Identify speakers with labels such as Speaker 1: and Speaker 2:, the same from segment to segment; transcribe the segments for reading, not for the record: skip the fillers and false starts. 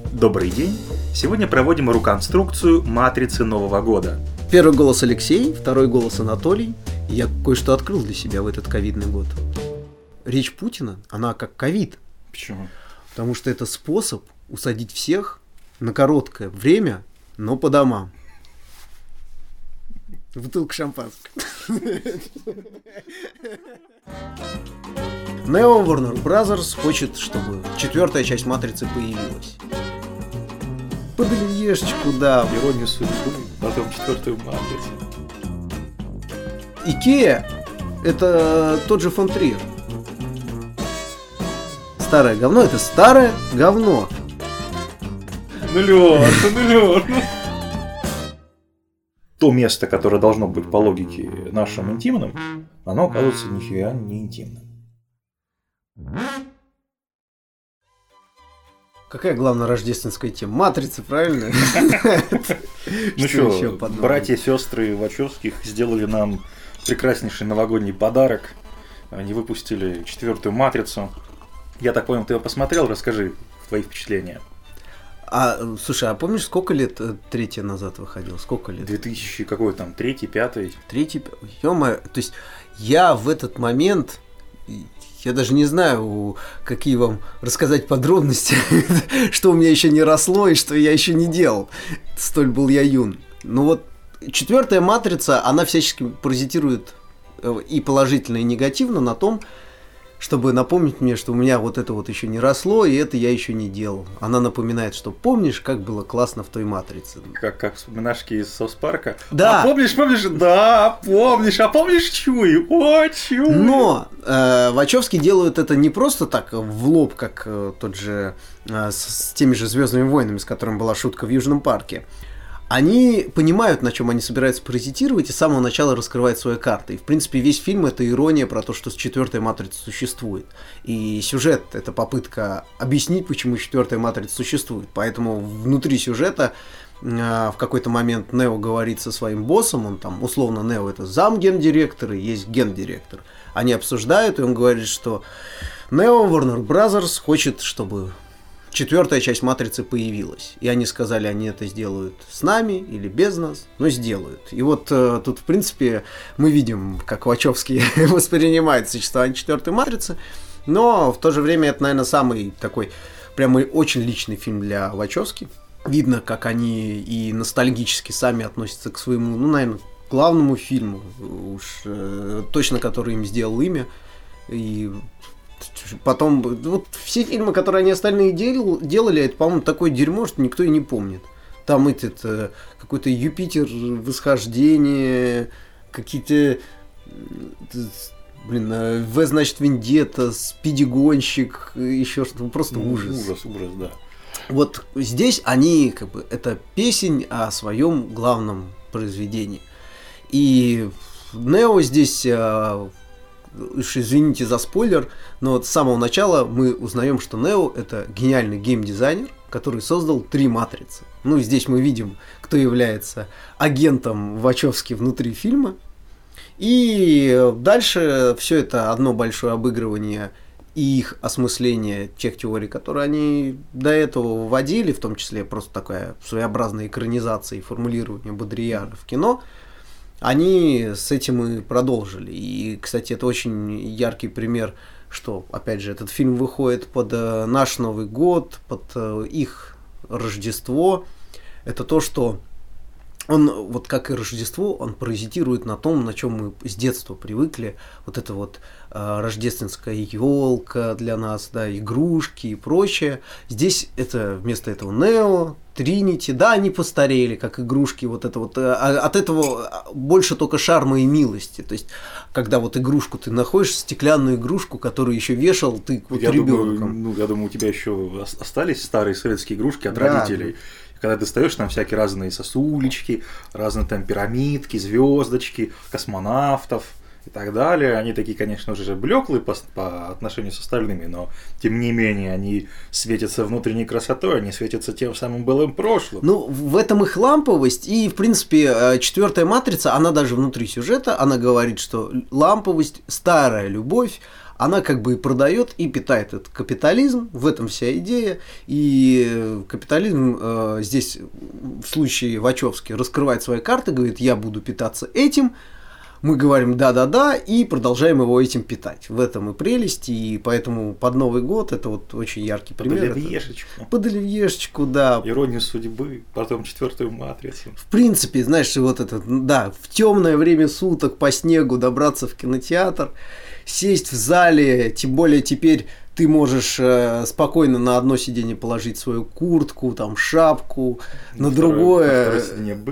Speaker 1: Добрый день! Сегодня проводим реконструкцию матрицы Нового года.
Speaker 2: Первый голос Алексей, второй голос Анатолий. Я кое-что открыл для себя в этот ковидный год. Речь Путина, она как ковид.
Speaker 1: Почему?
Speaker 2: Потому что это способ усадить всех на короткое время, но по домам. Бутылка шампанского. Neo Warner Brothers хочет, чтобы четвертая часть «Матрицы» появилась. Подольешечку, да.
Speaker 1: Иронию судьбы, потом четвертую «Матрицу».
Speaker 2: Икеа – это тот же фон Триер. Старое говно – это старое говно.
Speaker 1: Ну, Лёш. То место, которое должно быть по логике нашим интимным, оно оказывается нифига не интимным.
Speaker 2: Какая главная рождественская тема? Матрица, правильно?
Speaker 1: Ну что, братья и сестры Вачовских сделали нам прекраснейший новогодний подарок. Они выпустили четвертую «Матрицу». Я так понял, ты его посмотрел? Расскажи твои впечатления.
Speaker 2: Слушай, а помнишь, сколько лет третья назад выходил? Сколько лет?
Speaker 1: 2000 какой там, третий, пятый?
Speaker 2: Третий, ё-моё, то есть я в этот момент, я даже не знаю, какие вам рассказать подробности, что у меня еще не росло и что я еще не делал. Столь был я юн. Ну вот, четвертая «Матрица», она всячески паразитирует и положительно, и негативно на том, чтобы напомнить мне, что у меня вот это вот еще не росло, и это я еще не делал. Она напоминает, что помнишь, как было классно в той «Матрице».
Speaker 1: Как вспоминашки из Саус-парка?
Speaker 2: Да.
Speaker 1: А помнишь? Да, помнишь. А помнишь Чуи? О, Чуи!
Speaker 2: Но Вачовски делают это не просто так в лоб, как тот же с теми же «Звездными войнами», с которым была шутка в Южном парке. Они понимают, на чем они собираются паразитировать, и с самого начала раскрывают свои карты. И, в принципе, весь фильм – это ирония про то, что четвертая «Матрица» существует. И сюжет – это попытка объяснить, почему четвертая «Матрица» существует. Поэтому внутри сюжета в какой-то момент Нео говорит со своим боссом, он там, условно, Нео – это замгендиректор и есть гендиректор. Они обсуждают, и он говорит, что Neo Warner Brothers хочет, чтобы четвертая часть «Матрицы» появилась. И они сказали, они это сделают с нами или без нас, но сделают. И вот тут, в принципе, мы видим, как Вачовски воспринимает существование четвертой «Матрицы», но в то же время это, наверное, самый такой прямо очень личный фильм для Вачовски. Видно, как они и ностальгически сами относятся к своему, ну, наверное, главному фильму, уж точно который им сделал имя. И потом, вот все фильмы, которые они остальные делали, это, по-моему, такое дерьмо, что никто и не помнит. Там этот какой-то Юпитер, Восхождение, какие-то, В, значит, Вендетта, Спиди-гонщик, еще что-то, просто ужас.
Speaker 1: Ужас, да.
Speaker 2: Вот здесь они, как бы, это песнь о своем главном произведении. И Нео здесь, уж извините за спойлер, но вот с самого начала мы узнаем, что Нео – это гениальный геймдизайнер, который создал 3 «Матрицы». Ну, здесь мы видим, кто является агентом Вачовски внутри фильма. И дальше все это одно большое обыгрывание и их осмысление тех теорий, которые они до этого вводили, в том числе просто такая своеобразная экранизация и формулирование Бодрияра в кино, они с этим и продолжили. И, кстати, это очень яркий пример, что, опять же, этот фильм выходит под наш Новый год, под их Рождество. Это то, что он, вот как и Рождество, он паразитирует на том, на чем мы с детства привыкли. Вот это вот рождественская елка для нас, да, игрушки и прочее. Здесь это вместо этого Нео, Тринити, да, они постарели, как игрушки, вот это вот. От этого больше только шарма и милости. То есть, когда вот игрушку ты находишь, стеклянную игрушку, которую еще вешал ты вот ребенком.
Speaker 1: Я думаю, у тебя еще остались старые советские игрушки от родителей. Когда достаешь там всякие разные сосулечки, разные там пирамидки, звездочки, космонавтов и так далее. Они такие, конечно же, блеклые по отношению с остальными, но тем не менее они светятся внутренней красотой, они светятся тем самым былым прошлым.
Speaker 2: Ну, в этом их ламповость, и, в принципе, четвертая «Матрица», она даже внутри сюжета, она говорит, что ламповость, старая любовь, она как бы и продает, и питает этот капитализм, в этом вся идея, и капитализм здесь в случае Вачовски раскрывает свои карты, говорит, я буду питаться этим, мы говорим да-да-да и продолжаем его этим питать. В этом и прелесть, и поэтому под Новый год это вот очень яркий пример.
Speaker 1: Под оливьешечку.
Speaker 2: Под оливьешечку, да.
Speaker 1: Иронию судьбы, потом 4-ю матрицу.
Speaker 2: В принципе, знаешь, вот это, да, в темное время суток по снегу добраться в кинотеатр, сесть в зале, тем более теперь ты можешь спокойно на одно сиденье положить свою куртку, там, шапку, на другое...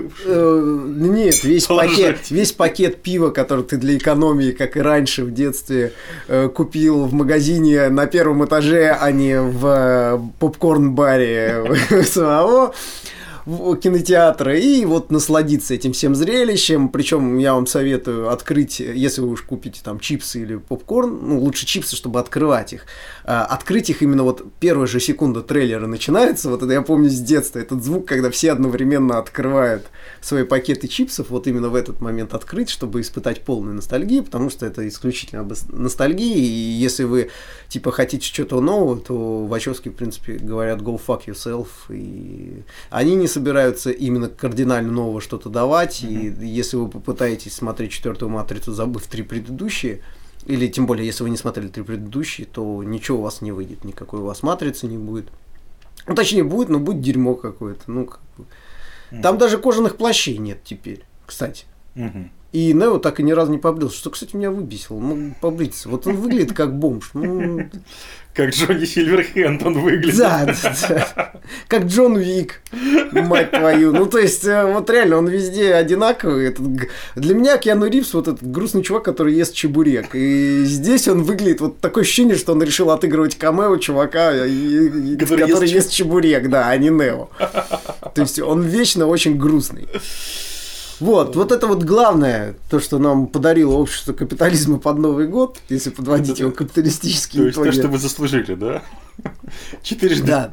Speaker 2: Нет, весь пакет пива, который ты для экономии, как и раньше в детстве, купил в магазине на первом этаже, а не в попкорн-баре самого кинотеатра, и вот насладиться этим всем зрелищем. Причем я вам советую открыть, если вы уж купите там чипсы или попкорн, ну лучше чипсы, чтобы открывать их. Открыть их именно вот первая же секунда трейлера начинается. Вот это я помню с детства, этот звук, когда все одновременно открывают свои пакеты чипсов, вот именно в этот момент открыть, чтобы испытать полную ностальгию, потому что это исключительно ностальгия, и если вы типа хотите что-то нового, то Вачовски, в принципе, говорят go fuck yourself, и они не собираются именно кардинально нового что-то давать, и если вы попытаетесь смотреть 4-ю матрицу, забыв 3 предыдущие, или тем более, если вы не смотрели 3 предыдущие, то ничего у вас не выйдет, никакой у вас матрицы не будет. Ну, точнее, будет, но будет дерьмо какое-то. Ну, как бы. Там даже кожаных плащей нет теперь, кстати. И Нео так и ни разу не побрился, что, кстати, меня выбесило. Ну, побриться. Вот он выглядит как бомж. Ну...
Speaker 1: Как Джонни Сильверхенд он выглядит.
Speaker 2: Да. Как Джон Уик, мать твою. Ну, то есть, вот реально, он везде одинаковый. Для меня Киану Ривз вот этот грустный чувак, который ест чебурек. И здесь он выглядит, вот такое ощущение, что он решил отыгрывать камео чувака, который ест чебурек, да, а не Нео. То есть, он вечно очень грустный. Вот это вот главное, то, что нам подарило общество капитализма под Новый год, если подводить его капиталистические итоги.
Speaker 1: То есть, то, что вы заслужили, да? Четырежды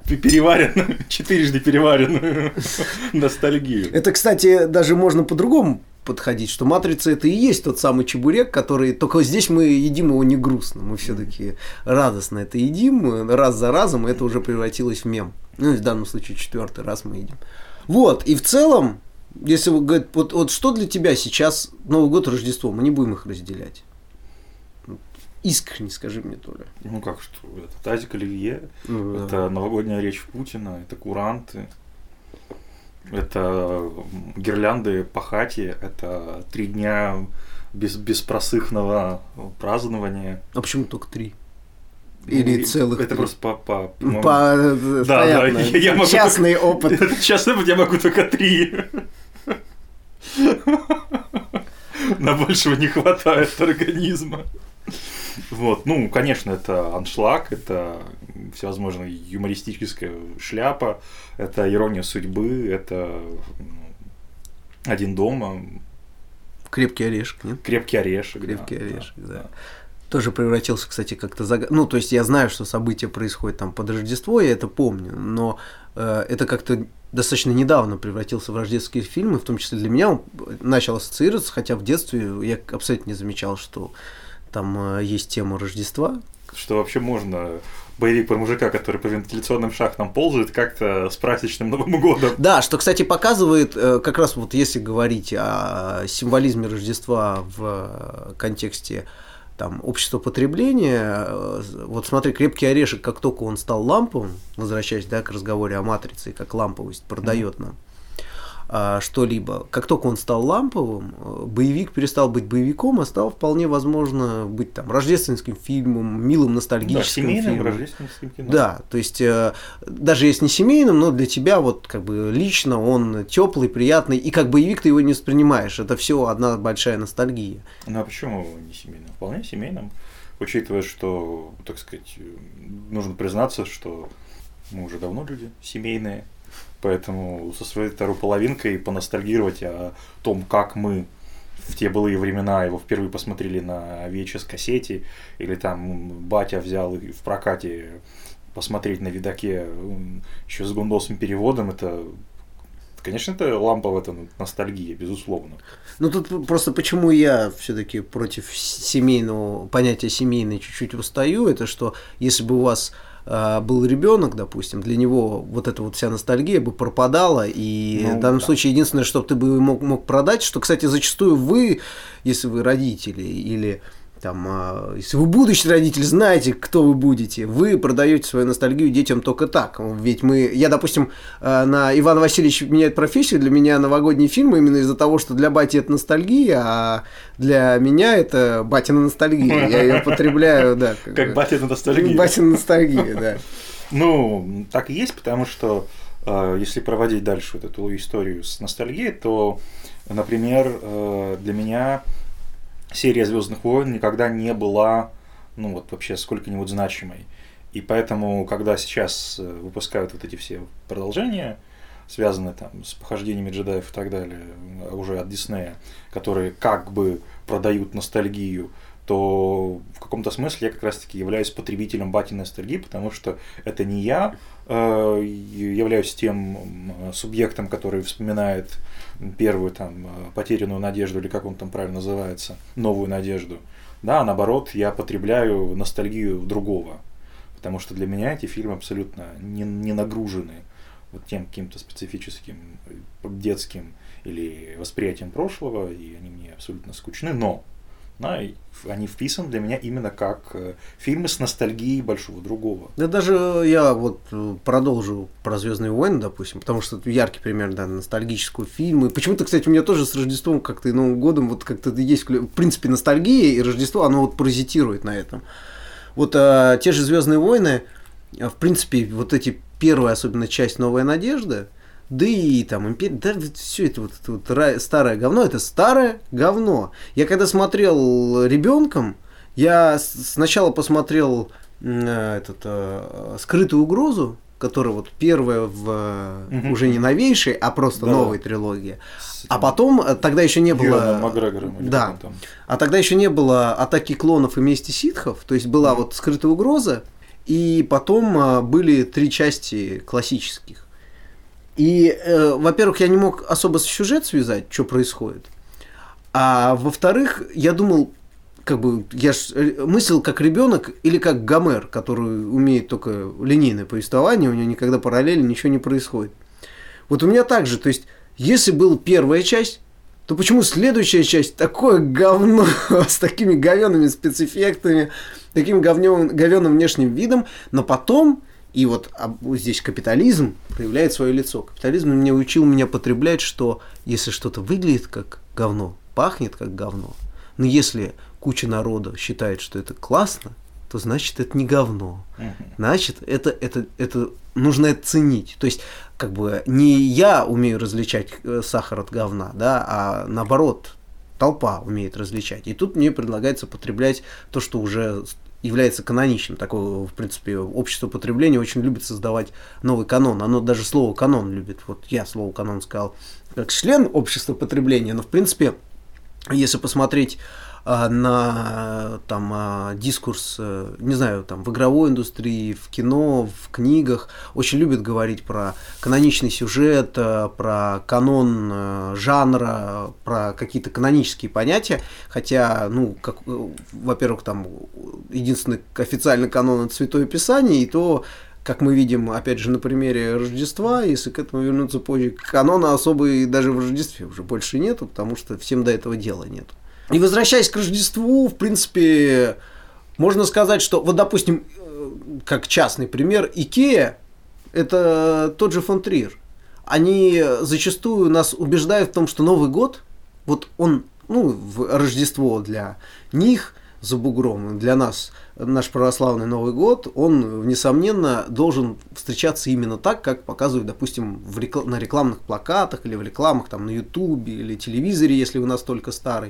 Speaker 1: переваренную ностальгию.
Speaker 2: Это, кстати, даже можно по-другому подходить, что «Матрица» — это и есть тот самый чебурек, который... Только здесь мы едим его не грустно, мы все-таки радостно это едим, раз за разом, и это уже превратилось в мем. Ну, в данном случае 4-й раз мы едим. Вот, и в целом, если вы говорите, вот что для тебя сейчас Новый год и Рождество, мы не будем их разделять. Искренне скажи мне, Толя.
Speaker 1: Ну как что? Это тазик оливье, это новогодняя речь Путина, это куранты, это гирлянды по хате, это 3 дня беспросыхного празднования.
Speaker 2: А почему только 3? Или целых?
Speaker 1: Это 3. Просто
Speaker 2: частный опыт.
Speaker 1: Частный опыт, я могу только 3. На большего не хватает организма. Вот, ну, конечно, это аншлаг, это всевозможная юмористическая шляпа, это ирония судьбы, это «Один дома».
Speaker 2: Крепкий орешек, нет?
Speaker 1: Крепкий орешек,
Speaker 2: да. Тоже превратился, кстати, как-то Ну, то есть я знаю, что события происходят там под Рождество, я это помню, но это как-то достаточно недавно превратился в рождественские фильмы, в том числе для меня он начал ассоциироваться, хотя в детстве я абсолютно не замечал, что там есть тема Рождества.
Speaker 1: Что вообще можно боевик про мужика, который по вентиляционным шахтам ползает, как-то с праздничным Новым годом. Да,
Speaker 2: что, кстати, показывает, как раз вот если говорить о символизме Рождества в контексте там, общества потребления, вот смотри, крепкий орешек, как только он стал ламповым, возвращаясь, да, к разговору о матрице, как ламповость продает нам что-либо, как только он стал ламповым, боевик перестал быть боевиком, а стал вполне возможно быть там рождественским фильмом, милым ностальгическим фильмом.
Speaker 1: Рождественским кино.
Speaker 2: Да, то есть даже если не семейным, но для тебя вот как бы лично он теплый, приятный, и как боевик ты его не воспринимаешь. Это все одна большая ностальгия.
Speaker 1: Ну а почему не семейным? Вполне семейным, учитывая, что, так сказать, нужно признаться, что мы уже давно люди семейные. Поэтому со своей второй половинкой поностальгировать о том, как мы в те былые времена его впервые посмотрели на VHS-кассете, или там батя взял и в прокате посмотреть на видаке еще с гундосным переводом, это Конечно, это ламповая ностальгия, безусловно.
Speaker 2: Ну тут просто почему я все-таки против семейного понятия семейный чуть-чуть устаю, это что если бы у вас был ребенок, допустим, для него вот эта вот вся ностальгия бы пропадала, и в данном случае единственное, что ты бы мог продать, что, кстати, зачастую вы, если вы родители или там, если вы будущий родитель, знаете, кто вы будете, вы продаете свою ностальгию детям только так. Ведь я, допустим, на Иван Васильевич меняет профессию, для меня новогодний фильм именно из-за того, что для бати это ностальгия, а для меня это батина ностальгия. Я ее потребляю, да.
Speaker 1: Как батина ностальгия.
Speaker 2: Батина ностальгия, да.
Speaker 1: Ну, так и есть, потому что если проводить дальше вот эту историю с ностальгией, то, например, для меня серия «Звездных войн» никогда не была, ну вот вообще сколько-нибудь значимой. И поэтому, когда сейчас выпускают вот эти все продолжения, связанные там с похождениями джедаев и так далее, уже от Диснея, которые как бы продают ностальгию, то в каком-то смысле я как раз-таки являюсь потребителем батиной ностальгии, потому что это не я являюсь тем субъектом, который вспоминает первую там потерянную надежду, или как он там правильно называется, новую надежду, да, а наоборот, я потребляю ностальгию другого, потому что для меня эти фильмы абсолютно не нагружены вот тем каким-то специфическим детским или восприятием прошлого, и они мне абсолютно скучны, но они вписаны для меня именно как фильмы с ностальгией большого другого.
Speaker 2: Да даже я вот продолжу про «Звездные войны», допустим, потому что это яркий пример, да, ностальгического фильма. И почему-то, кстати, у меня тоже с Рождеством как-то и Новым годом вот как-то есть, в принципе, ностальгия, и Рождество, оно вот паразитирует на этом. Вот те же «Звездные войны», в принципе, вот эти первая, особенно часть «Новая надежда», да и там империя, да, все это вот старое говно, это старое говно. Я когда смотрел ребенком, я сначала посмотрел «Скрытую угрозу», которая вот первая уже не новейшей, а просто новой трилогии. А потом, тогда еще не было...
Speaker 1: Макгрегором,
Speaker 2: да. А тогда еще не было «Атаки клонов» и «Мести ситхов», то есть была вот «Скрытая угроза», и потом были 3 части классических. И, во-первых, я не мог особо сюжет связать, что происходит. А во-вторых, я думал, как бы, я мыслил как ребенок или как Гомер, который умеет только линейное повествование, у него никогда параллельно ничего не происходит. Вот у меня так же, то есть, если была первая часть, то почему следующая часть такое говно с такими говёными спецэффектами, таким говёным внешним видом, но потом... И вот здесь капитализм проявляет свое лицо. Капитализм меня учил меня потреблять, что если что-то выглядит как говно, пахнет как говно, но если куча народа считает, что это классно, то значит это не говно. Значит, это нужно ценить. То есть, как бы не я умею различать сахар от говна, да, а наоборот, толпа умеет различать. И тут мне предлагается потреблять то, что уже является каноничным. Такое, в принципе, общество потребления очень любит создавать новый канон. Оно даже слово канон любит. Вот я слово канон сказал как член общества потребления, но, в принципе, если посмотреть на там, дискурс, не знаю, там, в игровой индустрии, в кино, в книгах, очень любят говорить про каноничный сюжет, про канон жанра, про какие-то канонические понятия, хотя, ну, как, во-первых, там единственный официальный канон – это Святое Писание, и то, как мы видим, опять же, на примере Рождества, если к этому вернуться позже, канона особой даже в Рождестве уже больше нету, потому что всем до этого дела нету. И возвращаясь к Рождеству, в принципе, можно сказать, что, вот, допустим, как частный пример, Икеа – это тот же фон Триер. Они зачастую нас убеждают в том, что Новый год, вот он, ну, в Рождество для них за бугром, для нас наш православный Новый год, он, несомненно, должен встречаться именно так, как показывают, допустим, на рекламных плакатах или в рекламах там, на Ютубе или телевизоре, если у нас только старый,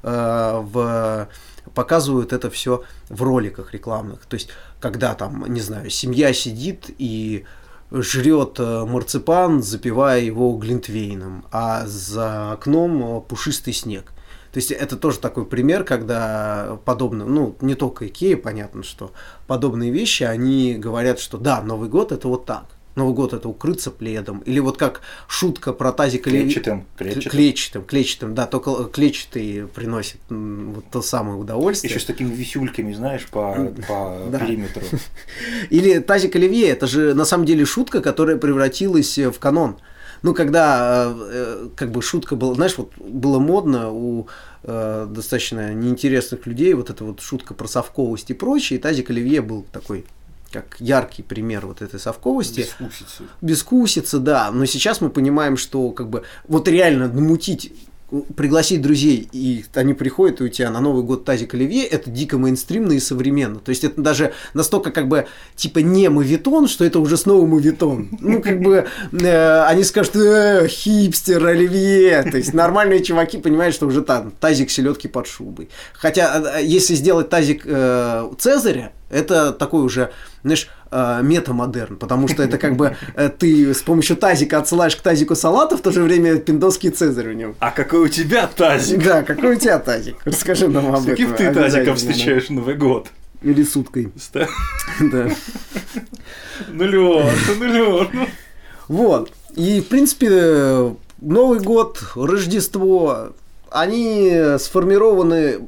Speaker 2: показывают это все в роликах рекламных. То есть, когда там, не знаю, семья сидит и жрет марципан, запивая его глинтвейном, а за окном пушистый снег. То есть это тоже такой пример, когда подобно, ну, не только Икеа, понятно, что подобные вещи, они говорят, что да, Новый год это вот так. Новый год это укрыться пледом. Или вот как шутка про тазик
Speaker 1: клетчатым.
Speaker 2: Клетчатым, да, только клетчатый приносит вот то самое удовольствие.
Speaker 1: Еще с такими висюльками, знаешь, по периметру.
Speaker 2: Или тазик оливье, это же на самом деле шутка, которая превратилась в канон. Ну, когда как бы шутка была, знаешь, вот было модно у достаточно неинтересных людей, вот эта вот шутка про совковость и прочее, и тазик оливье был такой, как яркий пример вот этой совковости. Бескусицы, да. Но сейчас мы понимаем, что как бы вот реально намутить, пригласить друзей, и они приходят, и у тебя на Новый год тазик оливье, это дико мейнстримно и современно. То есть это даже настолько как бы типа не мовитон, что это уже снова мовитон. Ну как бы они скажут, хипстер, оливье. То есть нормальные чуваки понимают, что уже там тазик селедки под шубой. Хотя если сделать тазик Цезаря, это такой уже, знаешь, метамодерн, потому что это как бы ты с помощью тазика отсылаешь к тазику салата, в то же время пиндосский Цезарь в нем.
Speaker 1: А какой у тебя тазик?
Speaker 2: Да, какой у тебя тазик? Расскажи нам об этом.
Speaker 1: С каким ты тазиком встречаешь Новый год?
Speaker 2: Или с уткой. Да.
Speaker 1: Ну, Лёш. Вот.
Speaker 2: И, в принципе, Новый год, Рождество, они сформированы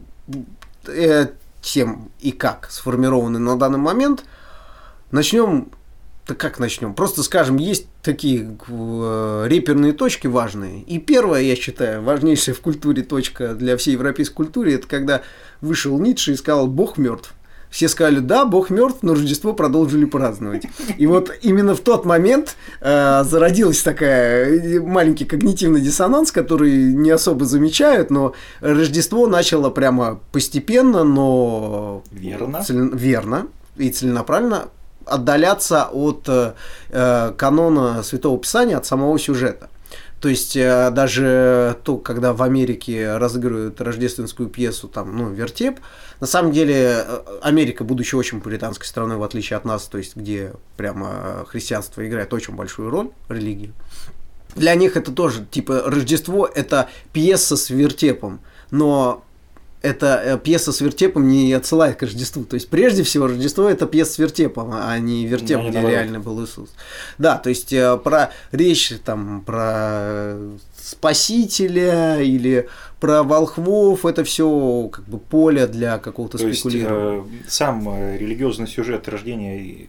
Speaker 2: тем и как сформированы на данный момент. Начнем. Просто скажем, есть такие реперные точки важные. И первая, я считаю, важнейшая в культуре точка для всей европейской культуры, это когда вышел Ницше и сказал: Бог мертв. Все сказали: да, Бог мертв, но Рождество продолжили праздновать. И вот именно в тот момент зародилась такая маленький когнитивный диссонанс, который не особо замечают, но Рождество начало прямо постепенно, но верно и целенаправленно отдаляться от канона Святого Писания, от самого сюжета. То есть даже то, когда в Америке разыгрывают рождественскую пьесу, там, «Вертеп», на самом деле Америка, будучи очень пуританской страной, в отличие от нас, то есть где прямо христианство играет очень большую роль, религию, для них это тоже, типа, Рождество – это пьеса с вертепом, но эта пьеса с вертепом не отсылает к Рождеству. То есть, прежде всего, Рождество – это пьеса с вертепом, а не вертеп, где реально был Иисус. Да, то есть, про речь там, про Спасителя или про волхвов – это все как бы поле для какого-то спекулирования.
Speaker 1: Сам религиозный сюжет рождения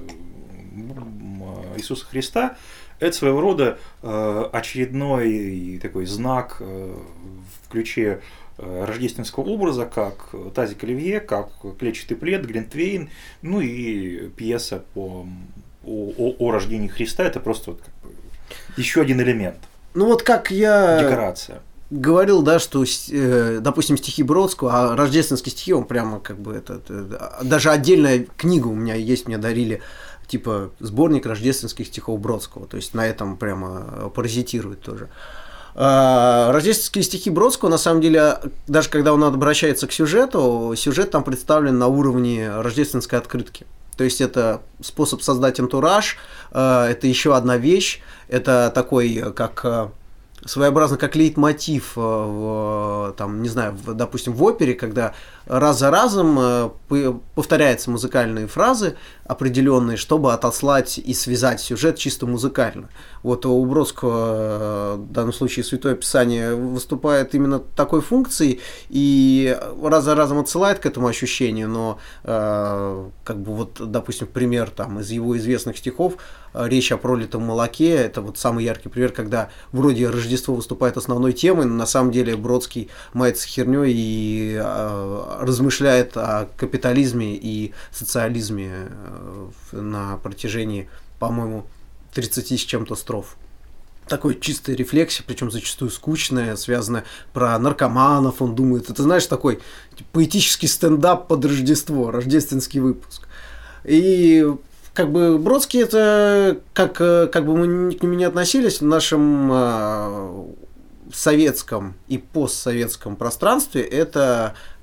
Speaker 1: Иисуса Христа – это своего рода очередной такой знак в ключе рождественского образа, как тазик оливье, как клетчатый плед, глинтвейн, ну и пьеса о рождении Христа. Это просто вот как бы еще один элемент.
Speaker 2: Ну вот как я
Speaker 1: декорация.
Speaker 2: Говорил, да, что, допустим, стихи Бродского, а рождественские стихи, он прямо как бы даже отдельная книга у меня есть, мне дарили, типа сборник рождественских стихов Бродского, то есть на этом прямо паразитирует тоже. Рождественские стихи Бродского, на самом деле, даже когда он обращается к сюжету, сюжет там представлен на уровне рождественской открытки. То есть это способ создать антураж, это еще одна вещь, это такой, как своеобразно как лейтмотив, там, не знаю, допустим, в опере, когда раз за разом повторяются музыкальные фразы определенные, чтобы отослать и связать сюжет чисто музыкально. Вот у Бродского, в данном случае, Святое Писание выступает именно такой функцией и раз за разом отсылает к этому ощущению, но как бы вот, допустим, пример там из его известных стихов «Речь о пролитом молоке» — это вот самый яркий пример, когда вроде Рождество выступает основной темой, но на самом деле Бродский мается хернёй и размышляет о капитализме и социализме на протяжении, по-моему, 30 с чем-то строф. Такой чистая рефлексия, причем зачастую скучная, связанная про наркоманов, он думает. Это, знаешь, такой поэтический стендап под Рождество, рождественский выпуск. И как бы Бродский это, как бы мы к нему не относились, в нашем советском и постсоветском пространстве это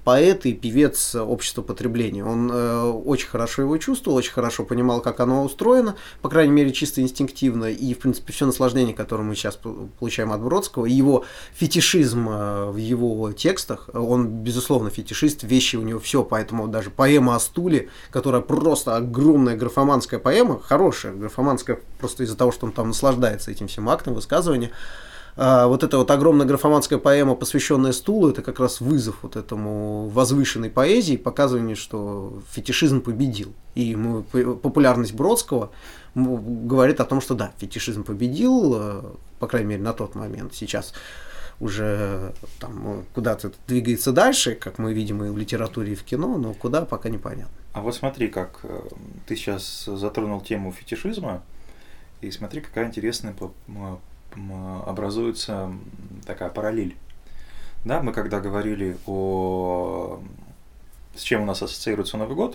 Speaker 2: поэт и певец общества потребления. Он очень хорошо его чувствовал, очень хорошо понимал, как оно устроено, по крайней мере, чисто инстинктивно. И, в принципе, все наслаждение, которое мы сейчас получаем от Бродского, и его фетишизм в его текстах, он, безусловно, фетишист, вещи у него все, поэтому даже поэма о стуле, которая просто огромная графоманская поэма, хорошая графоманская, просто из-за того, что он там наслаждается этим всем актом высказывания. Вот эта вот огромная графоманская поэма, посвященная стулу, это как раз вызов вот этому возвышенной поэзии, показывание, что фетишизм победил. И популярность Бродского говорит о том, что да, фетишизм победил, по крайней мере, на тот момент. Сейчас уже там куда-то двигается дальше, как мы видим и в литературе, и в кино, но куда, пока непонятно.
Speaker 1: А вот смотри, как ты сейчас затронул тему фетишизма, и смотри, какая интересная образуется такая параллель. Да, мы когда говорили с чем у нас ассоциируется Новый год,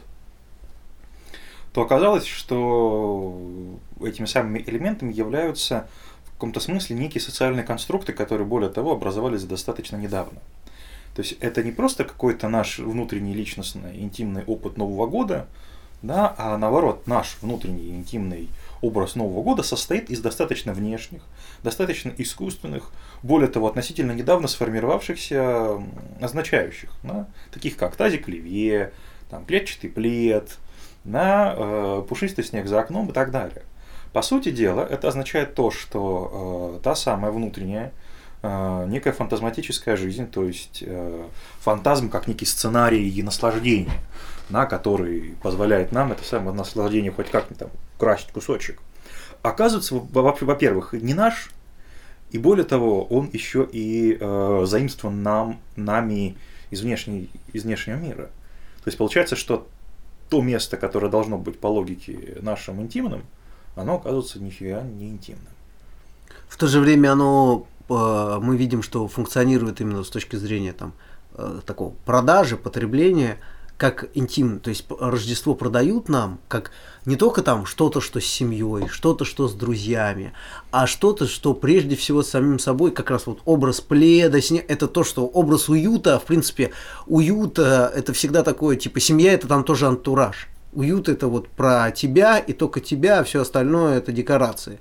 Speaker 1: то оказалось, что этими самыми элементами являются в каком-то смысле некие социальные конструкты, которые, более того, образовались достаточно недавно. То есть это не просто какой-то наш внутренний личностный интимный опыт Нового года, да, а наоборот, наш внутренний интимный образ Нового года состоит из достаточно внешних, достаточно искусственных, более того, относительно недавно сформировавшихся означающих, да, таких как тазик Оливье, там, клетчатый плед, да, пушистый снег за окном и так далее. По сути дела, это означает то, что та самая внутренняя, некая фантазматическая жизнь, то есть фантазм как некий сценарий и наслаждение, да, который позволяет нам это самое наслаждение хоть как-нибудь там украсть кусочек, оказывается, во-первых, не наш, и более того, он еще и заимствован нами из внешнего мира. То есть получается, что то место, которое должно быть по логике нашим интимным, оно оказывается нифига не интимным.
Speaker 2: В то же время мы видим, что функционирует именно с точки зрения там, такого продажи, потребления, как интимно. То есть Рождество продают нам как не только там что-то, что с семьей, что-то, что с друзьями, а что-то, что прежде всего с самим собой, как раз вот образ пледа, это то, что образ уюта, в принципе, уют это всегда такое, типа семья это там тоже антураж. Уют это вот про тебя и только тебя, а все остальное это декорации.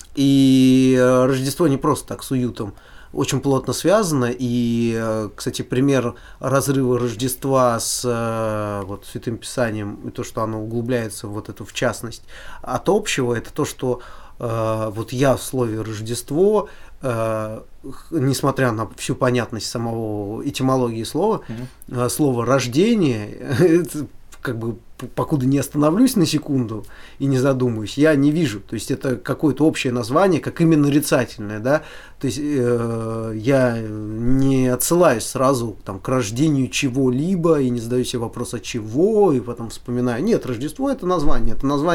Speaker 2: И Рождество не просто так с уютом очень плотно связано. И, кстати, пример разрыва Рождества с вот, Святым Писанием, и то, что оно углубляется в вот эту в частность от общего, это то, что вот я в слове Рождество, несмотря на всю понятность самого этимологии слова, слово рождение, это, как бы покуда не остановлюсь на секунду и не задумаюсь, я не вижу. То есть это какое-то общее название, как именно нарицательное, да. То есть я не отсылаюсь сразу там, к рождению чего-либо и не задаю себе вопрос, а чего, и потом вспоминаю. Нет, Рождество это название.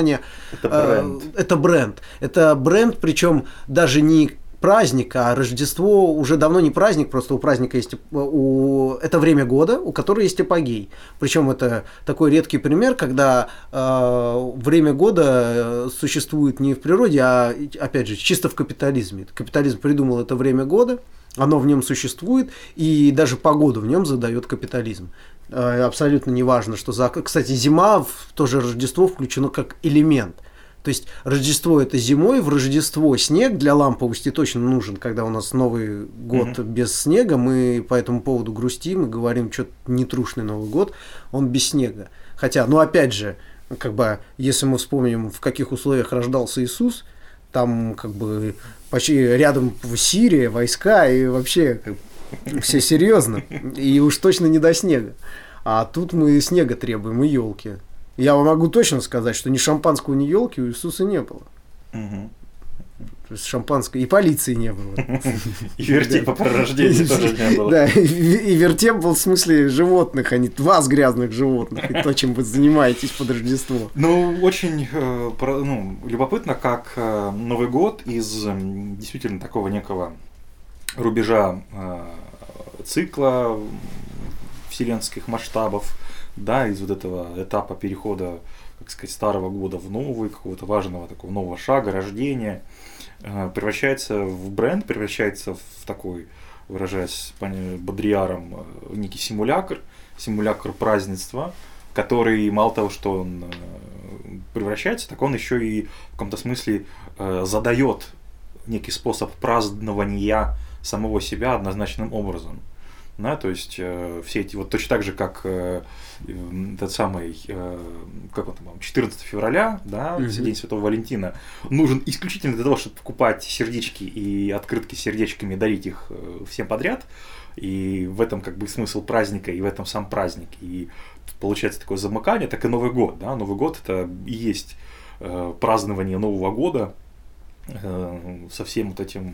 Speaker 2: Это бренд. Это бренд, причем даже не праздник, а Рождество уже давно не праздник, просто у праздника есть это время года, у которого есть апогей. Причем это такой редкий пример, когда время года существует не в природе, а опять же чисто в капитализме. Капитализм придумал это время года, оно в нем существует, и даже погоду в нем задает капитализм. Абсолютно не важно, что кстати, зима в то же Рождество включено как элемент. То есть Рождество это зимой, в Рождество снег для ламповости точно нужен, когда у нас Новый год без снега, мы по этому поводу грустим и говорим, что нетрушный Новый год, он без снега. Хотя, ну опять же, как бы, если мы вспомним, в каких условиях рождался Иисус, там как бы почти рядом Сирия, войска и вообще все серьезно, и уж точно не до снега. А тут мы снега требуем и елки. Я вам могу точно сказать, что ни шампанского, ни елки у Иисуса не было. То есть шампанского и полиции не было.
Speaker 1: И вертепа по рождению тоже не было.
Speaker 2: Да, и вертеп был в смысле животных, а не вас, грязных животных, и то, чем вы занимаетесь под Рождество.
Speaker 1: Ну, очень любопытно, как Новый год из действительно такого некого рубежа цикла вселенских масштабов, да, из вот этого этапа перехода, как сказать, старого года в новый, какого-то важного такого нового шага, рождения, превращается в бренд, превращается в такой выражаясь Бодрияром, некий симулякр празднества, который мало того, что он превращается, так он еще и в каком-то смысле задает некий способ празднования самого себя однозначным образом. Да, то есть все эти, вот точно так же, как этот самый, как он там, 14 февраля, да, День Святого Валентина, нужен исключительно для того, чтобы покупать сердечки и открытки с сердечками, дарить их всем подряд. И в этом как бы смысл праздника, и в этом сам праздник. И получается такое замыкание, так и Новый год. Да? Новый год это и есть празднование Нового года со всем вот этим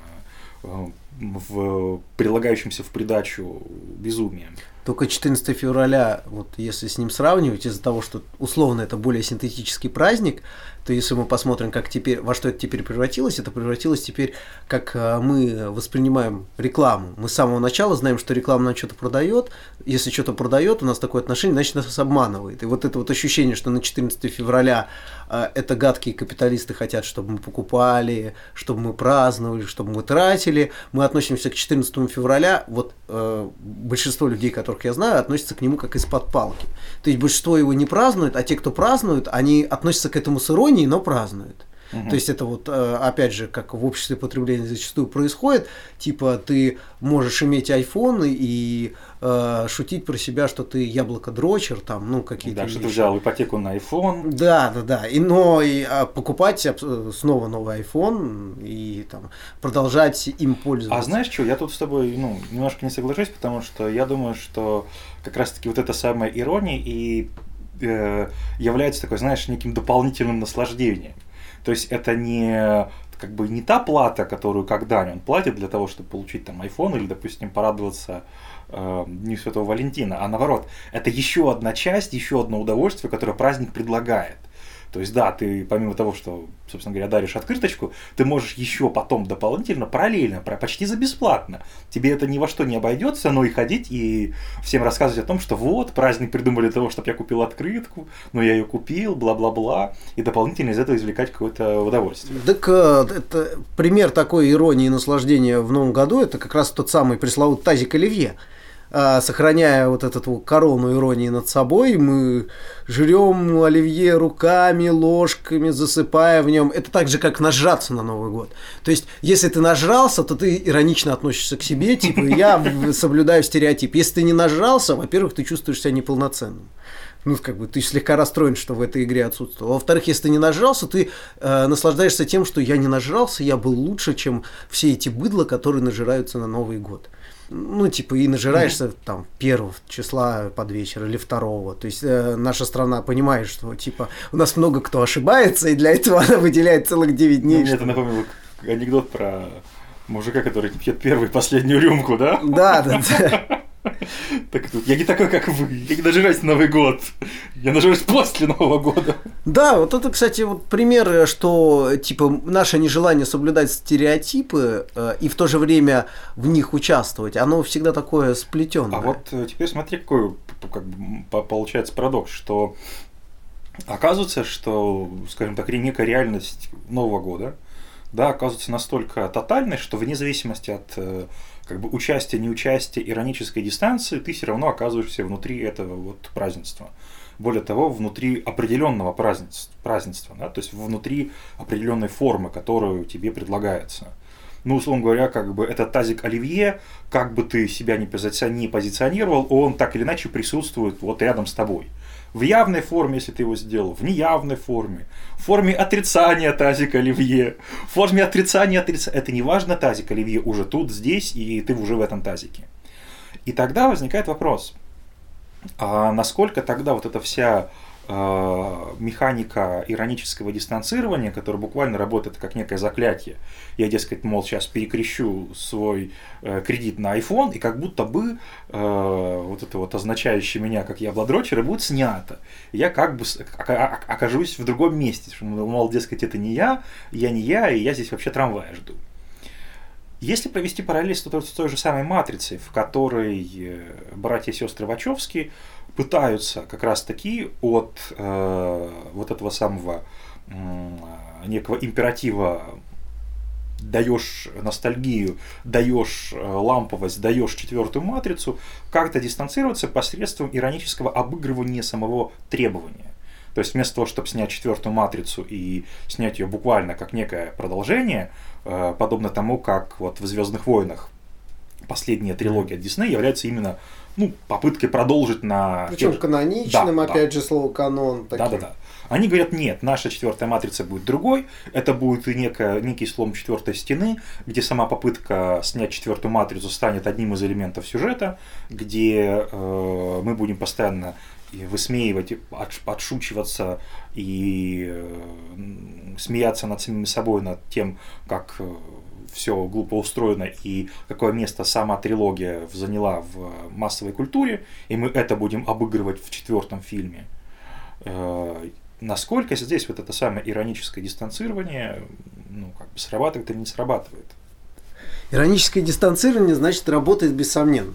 Speaker 1: прилагающимся в придачу безумием.
Speaker 2: Только 14 февраля, вот если с ним сравнивать, из-за того, что условно это более синтетический праздник, то если мы посмотрим, как теперь, во что это теперь превратилось, это превратилось теперь, как мы воспринимаем рекламу. Мы с самого начала знаем, что реклама нам что-то продает. Если что-то продает, у нас такое отношение, значит, нас обманывает. И вот это вот ощущение, что на 14 февраля это гадкие капиталисты хотят, чтобы мы покупали, чтобы мы праздновали, чтобы мы тратили. Мы относимся к 14 февраля, вот большинство людей, которых я знаю, относятся к нему как из-под палки. То есть большинство его не празднует, а те, кто празднуют, они относятся к этому с иронией, но празднуют. То есть это вот, опять же, как в обществе потребления зачастую происходит, типа ты можешь иметь iPhone и шутить про себя, что ты яблоко-дрочер, там, ну, какие-то
Speaker 1: да, что ты взял ипотеку на iPhone.
Speaker 2: Да, но покупать снова новый iPhone и там продолжать им пользоваться.
Speaker 1: А знаешь что, я тут с тобой немножко не соглашусь, потому что я думаю, что как раз-таки вот эта самая ирония и является такой, знаешь, неким дополнительным наслаждением. То есть это не та плата, которую когда-нибудь он платит для того, чтобы получить там iPhone или, допустим, порадоваться Дню Святого Валентина, а наоборот, это еще одна часть, еще одно удовольствие, которое праздник предлагает. То есть, да, ты помимо того, что, собственно говоря, даришь открыточку, ты можешь еще потом дополнительно, параллельно, почти за бесплатно. Тебе это ни во что не обойдется, но и ходить и всем рассказывать о том, что вот, праздник придумали для того, чтобы я купил открытку, но я ее купил, бла-бла-бла, и дополнительно из этого извлекать какое-то удовольствие.
Speaker 2: Так это пример такой иронии и наслаждения в Новом году, это как раз тот самый пресловутый тазик оливье. Сохраняя вот эту корону иронии над собой, мы жрем оливье руками, ложками, засыпая в нем. Это так же, как нажраться на Новый год. То есть, если ты нажрался, то ты иронично относишься к себе, типа, я соблюдаю стереотип. Если ты не нажрался, во-первых, ты чувствуешь себя неполноценным. Ну, как бы ты слегка расстроен, что в этой игре отсутствовал. Во-вторых, если ты не нажрался, ты наслаждаешься тем, что я не нажрался, я был лучше, чем все эти быдла, которые нажираются на Новый год. Ну, типа, и нажираешься там 1 числа под вечер или 2. То есть наша страна понимает, что типа у нас много кто ошибается, и для этого она выделяет целых 9 дней.
Speaker 1: Мне это напомнило анекдот про мужика, который пьет первую и последнюю рюмку, да?
Speaker 2: Да.
Speaker 1: Так тут, я не такой, как вы, я не нажираюсь на Новый год, я нажираюсь после Нового года.
Speaker 2: Да, вот это, кстати, вот пример, что типа наше нежелание соблюдать стереотипы и в то же время в них участвовать, оно всегда такое сплетенное.
Speaker 1: А вот теперь смотри, какой получается парадокс, что оказывается, что, скажем так, некая реальность Нового года, да, оказывается настолько тотальной, что вне зависимости от участия, неучастия, иронической дистанции, ты все равно оказываешься внутри этого вот празднества. Более того, внутри определенного празднества, да, то есть внутри определенной формы, которую тебе предлагается. Ну, условно говоря, этот тазик оливье, как бы ты себя не позиционировал, он так или иначе присутствует вот рядом с тобой. В явной форме, если ты его сделал, в неявной форме, в форме отрицания тазика оливье, в форме отрицания. Это не важно, тазик оливье уже тут, здесь, и ты уже в этом тазике. И тогда возникает вопрос, а насколько тогда вот эта вся механика иронического дистанцирования, которая буквально работает как некое заклятие. Я, дескать, мол, сейчас перекрещу свой кредит на iPhone, и как будто бы вот это вот означающее меня как яблодрочера будет снято. Я как бы окажусь в другом месте. Мол, дескать, это не я, и я здесь вообще трамвая жду. Если провести параллель с той же самой матрицей, в которой братья и сестры Вачовски пытаются как раз таки от вот этого самого некого императива даешь ностальгию, даешь ламповость, даешь четвертую матрицу, как-то дистанцироваться посредством иронического обыгрывания самого требования. То есть вместо того, чтобы снять четвертую матрицу и снять ее буквально как некое продолжение, подобно тому, как вот в «Звездных войнах» последняя трилогия Диснея является именно попыткой продолжить на...
Speaker 2: Причем каноничным, опять же, слово канон.
Speaker 1: Да. Они говорят, нет, наша четвертая матрица будет другой, это будет некий слом четвертой стены, где сама попытка снять четвертую матрицу станет одним из элементов сюжета, где мы будем постоянно высмеивать, подшучиваться и смеяться над самим собой, над тем, как все глупо устроено и какое место сама трилогия заняла в массовой культуре, и мы это будем обыгрывать в четвертом фильме. Насколько здесь вот это самое ироническое дистанцирование срабатывает или не срабатывает?
Speaker 2: Ироническое дистанцирование, значит, работает бессомненно.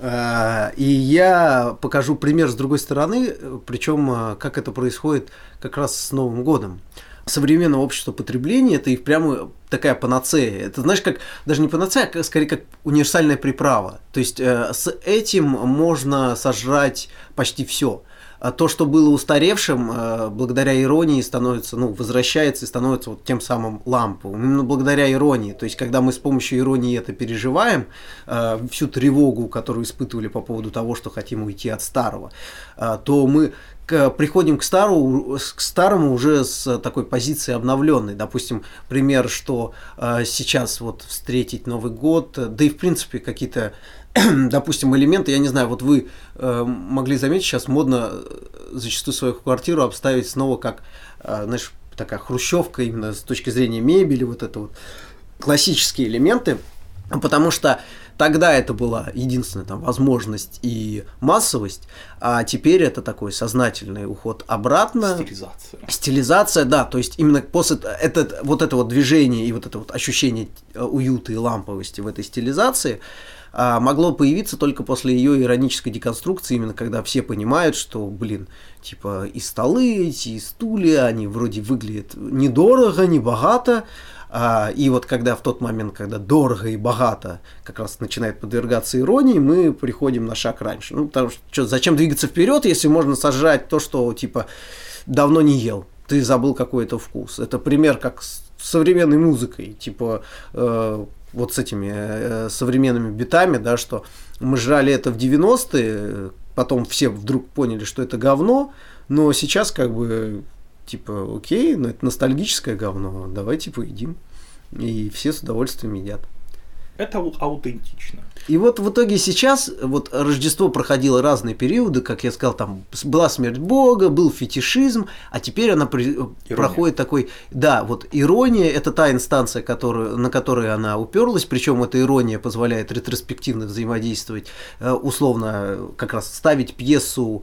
Speaker 2: И я покажу пример с другой стороны, причем как это происходит как раз с Новым годом. Современное общество потребления – это и прямо такая панацея. Это, знаешь, как даже не панацея, а скорее как универсальная приправа. То есть с этим можно сожрать почти все. А то, что было устаревшим, благодаря иронии становится, возвращается и становится вот тем самым ламповым. Именно благодаря иронии. То есть, когда мы с помощью иронии это переживаем, всю тревогу, которую испытывали по поводу того, что хотим уйти от старого, то мы приходим к старому уже с такой позиции обновленной. Допустим, пример, что сейчас вот встретить Новый год, да и в принципе какие-то, допустим, элементы, я не знаю, вот вы могли заметить, сейчас модно зачастую свою квартиру обставить снова как, знаешь, такая хрущевка именно с точки зрения мебели, вот это вот классические элементы, потому что тогда это была единственная там возможность и массовость, а теперь это такой сознательный уход обратно. Стилизация, да, то есть именно после это вот движение и вот это вот ощущение уюта и ламповости в этой стилизации могло появиться только после ее иронической деконструкции, именно когда все понимают, что, типа и столы эти, и стулья, они вроде выглядят недорого, не богато, и вот когда в тот момент, когда дорого и богато как раз начинает подвергаться иронии, мы приходим на шаг раньше. Потому что зачем двигаться вперед, если можно сожрать то, что типа давно не ел, ты забыл какой-то вкус. Это пример как с современной музыкой, типа вот с этими современными битами, да, что мы жрали это в 90-е, потом все вдруг поняли, что это говно, но сейчас типа, окей, но это ностальгическое говно, давайте поедим. И все с удовольствием едят.
Speaker 1: Это аутентично.
Speaker 2: И вот в итоге сейчас вот Рождество проходило разные периоды, как я сказал, там была смерть Бога, был фетишизм, а теперь она проходит такой, да, вот ирония – это та инстанция, на которой она уперлась, причем эта ирония позволяет ретроспективно взаимодействовать, условно как раз ставить пьесу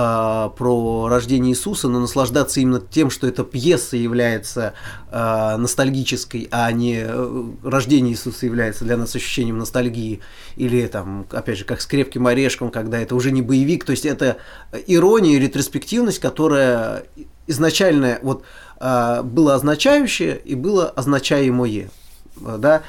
Speaker 2: про рождение Иисуса, но наслаждаться именно тем, что эта пьеса является ностальгической, а не рождение Иисуса является для нас ощущением ностальгии. Или там, опять же, как с «Крепким орешком», когда это уже не боевик, то есть это ирония и ретроспективность, которая изначально было означающее и было означаемое. Да?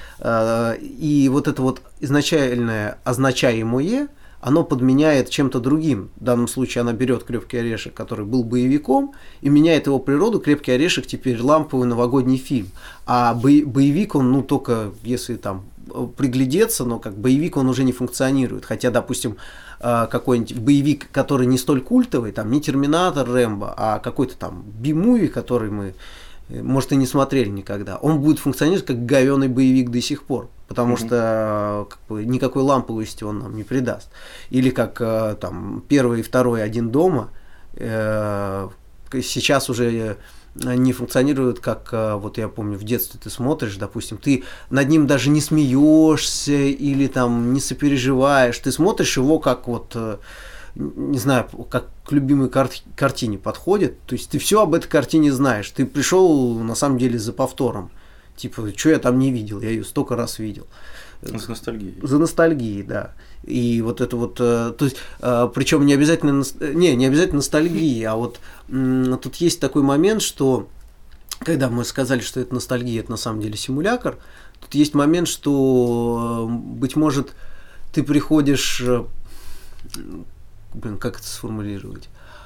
Speaker 2: И вот это вот изначальное означаемое оно подменяет чем-то другим. В данном случае она берет «Крепкий орешек», который был боевиком, и меняет его природу. «Крепкий орешек» теперь ламповый новогодний фильм. А боевик, он, только если там приглядеться, но как боевик он уже не функционирует. Хотя, допустим, какой-нибудь боевик, который не столь культовый, там не «Терминатор», «Рэмбо», а какой-то там би-муви, который мы, может, и не смотрели никогда, он будет функционировать как говёный боевик до сих пор, потому что никакой ламповости он нам не придаст. Или как там первый и второй «Один дома» сейчас уже не функционируют, как вот я помню, в детстве ты смотришь, допустим, ты над ним даже не смеешься или там не сопереживаешь, ты смотришь его как вот, не знаю, как к любимой картине подходит, то есть ты все об этой картине знаешь, ты пришел на самом деле за повтором, типа, что я там не видел, я ее столько раз видел.
Speaker 1: За ностальгией.
Speaker 2: За ностальгией, да. И вот это вот, то есть, причем не обязательно ностальгии, а вот тут есть такой момент, что когда мы сказали, что это ностальгия, это на самом деле симулятор, тут есть момент, что, быть может, ты приходишь, как это сформулировать,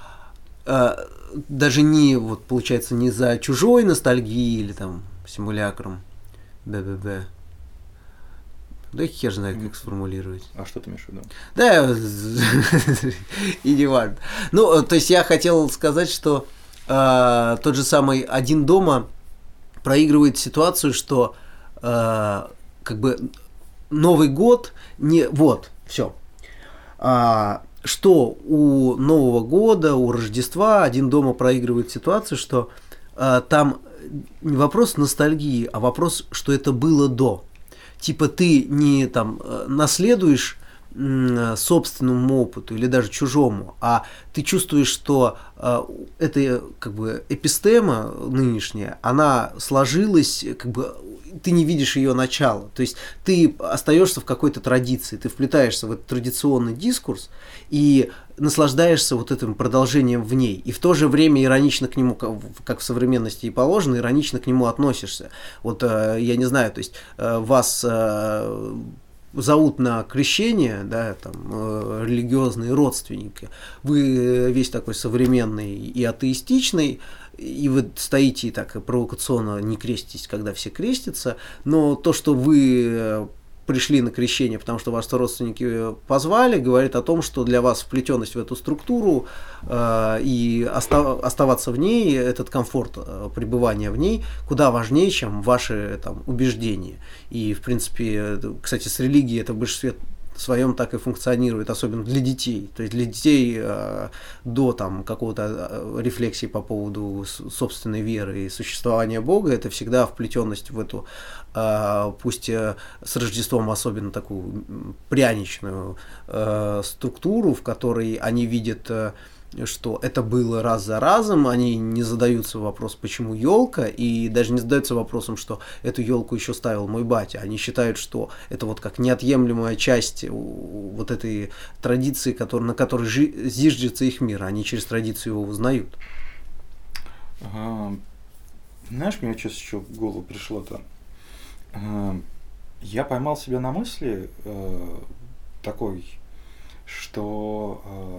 Speaker 2: даже не, вот, получается, не за чужой ностальгией или там симулякром, да хер знает, как сформулировать.
Speaker 1: А что ты имеешь в виду?
Speaker 2: Да, и не важно. Ну, то есть я хотел сказать, что тот же самый «Один дома» проигрывает ситуацию, что как бы Новый год не... Вот, все. Что у Нового года, у Рождества «Один дома» проигрывает ситуацию, что там не вопрос ностальгии, а вопрос, что это было до. Типа ты не там наследуешь собственному опыту или даже чужому, а ты чувствуешь, что эта как бы эпистема нынешняя, она сложилась, как бы ты не видишь ее начала. То есть ты остаешься в какой-то традиции, ты вплетаешься в этот традиционный дискурс и наслаждаешься вот этим продолжением в ней. И в то же время иронично к нему, как в современности и положено, иронично к нему относишься. Вот я не знаю, то есть вас зовут на крещение, да, там, религиозные родственники, вы весь такой современный и атеистичный, и вы стоите и так провокационно не креститесь, когда все крестятся, но то, что вы пришли на крещение, потому что вас родственники позвали, говорит о том, что для вас вплетенность в эту структуру и оставаться в ней, этот комфорт пребывания в ней, куда важнее, чем ваши там убеждения. И, в принципе, кстати, с религией это в большинстве своем так и функционирует, особенно для детей. То есть для детей до там, какого-то рефлексии по поводу собственной веры и существования Бога, это всегда вплетенность в эту, пусть с Рождеством особенно такую пряничную структуру, в которой они видят, что это было раз за разом, они не задаются вопросом, почему елка, и даже не задаются вопросом, что эту елку еще ставил мой батя. Они считают, что это вот как неотъемлемая часть вот этой традиции, на которой зиждется их мир, они через традицию его узнают.
Speaker 1: Знаешь, мне сейчас еще в голову пришло-то. Я поймал себя на мысли такой, что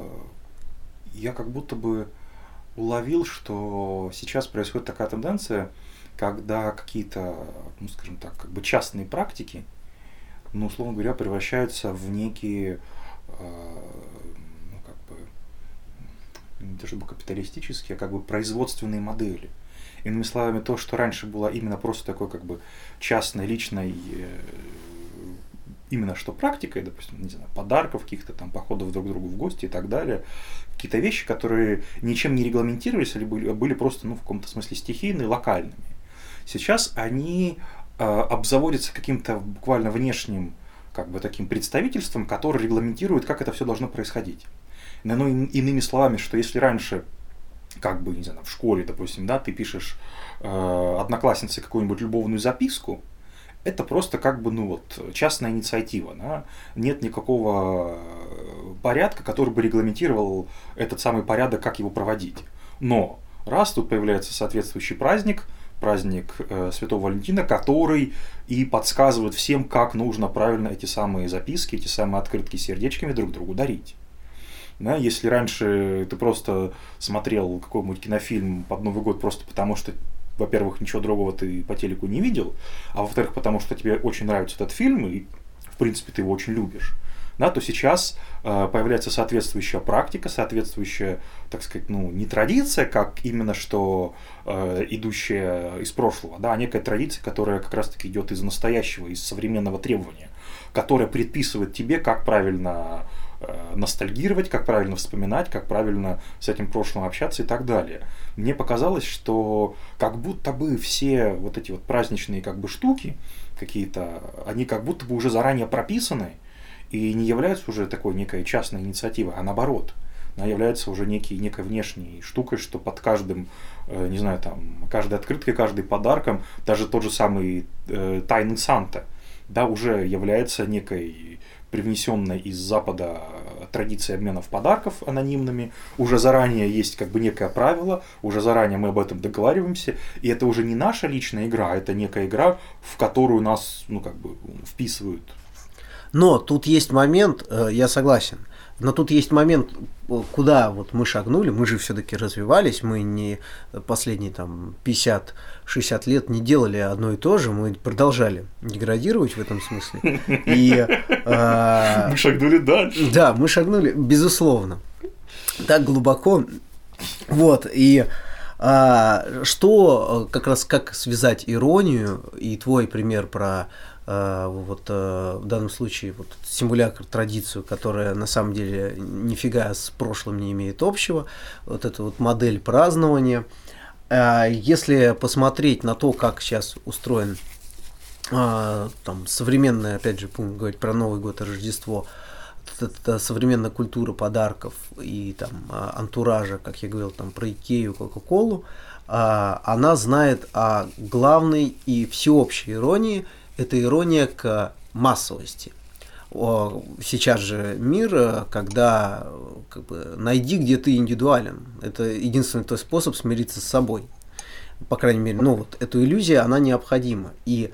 Speaker 1: я как будто бы уловил, что сейчас происходит такая тенденция, когда какие-то, ну, скажем так, как бы частные практики, ну, условно говоря, превращаются в некие, ну, как бы, не то чтобы капиталистические, а как бы производственные модели. Иными словами, то, что раньше было именно просто такой, как бы, частной, личной, именно что практикой, допустим, не знаю, подарков, каких-то там походов друг к другу в гости и так далее, какие-то вещи, которые ничем не регламентировались или были просто, ну, в каком-то смысле стихийными, локальными. Сейчас они обзаводятся каким-то буквально внешним, как бы, таким представительством, которое регламентирует, как это все должно происходить. Ну, иными словами, что если раньше, как бы, не знаю, в школе, допустим, да, ты пишешь однокласснице какую-нибудь любовную записку, это просто как бы, ну вот, частная инициатива, да? Нет никакого порядка, который бы регламентировал этот самый порядок, как его проводить. Но раз тут появляется соответствующий праздник Святого Валентина, который и подсказывает всем, как нужно правильно эти самые записки, эти самые открытки с сердечками друг другу дарить. Да? Если раньше ты просто смотрел какой-нибудь кинофильм под Новый год просто потому, что, во-первых, ничего другого ты по телеку не видел, а во-вторых, потому что тебе очень нравится этот фильм, и, в принципе, ты его очень любишь, да, то сейчас появляется соответствующая практика, соответствующая, так сказать, ну, не традиция, как именно что идущая из прошлого, да, а некая традиция, которая как раз-таки идет из настоящего, из современного требования, которая предписывает тебе, как правильно ностальгировать, как правильно вспоминать, как правильно с этим прошлым общаться и так далее. Мне показалось, что как будто бы все вот эти вот праздничные как бы штуки какие-то, они как будто бы уже заранее прописаны и не являются уже такой некой частной инициативой, а наоборот, она является уже некой внешней штукой, что под каждым, не знаю, там, каждой открыткой, каждым подарком, даже тот же самый тайный Санта, да, уже является некой привнесенной из Запада традиции обменов подарков анонимными, уже заранее есть как бы некое правило, уже заранее мы об этом договариваемся, и это уже не наша личная игра, это некая игра, в которую нас, ну, как бы вписывают.
Speaker 2: Но тут есть момент, я согласен, но тут есть момент, куда вот мы шагнули, мы же все-таки развивались, мы не последние там 50-60 лет не делали одно и то же, мы продолжали деградировать в этом смысле.
Speaker 1: Мы шагнули дальше.
Speaker 2: Да, мы шагнули, безусловно, так глубоко. Вот, и что как раз как связать иронию и твой пример про в данном случае вот симулятор, традицию, которая на самом деле нифига с прошлым не имеет общего, вот эта вот модель празднования. Если посмотреть на то, как сейчас устроен там современная, опять же, будем говорить про Новый год и Рождество, это современная культура подарков и там антуража, как я говорил, там про Икею, Кока-Колу, она знает о главной и всеобщей иронии. Это ирония к массовости. Сейчас же мир, когда как бы, найди, где ты индивидуален. Это единственный твой способ смириться с собой. По крайней мере, ну вот эту иллюзию, она необходима. И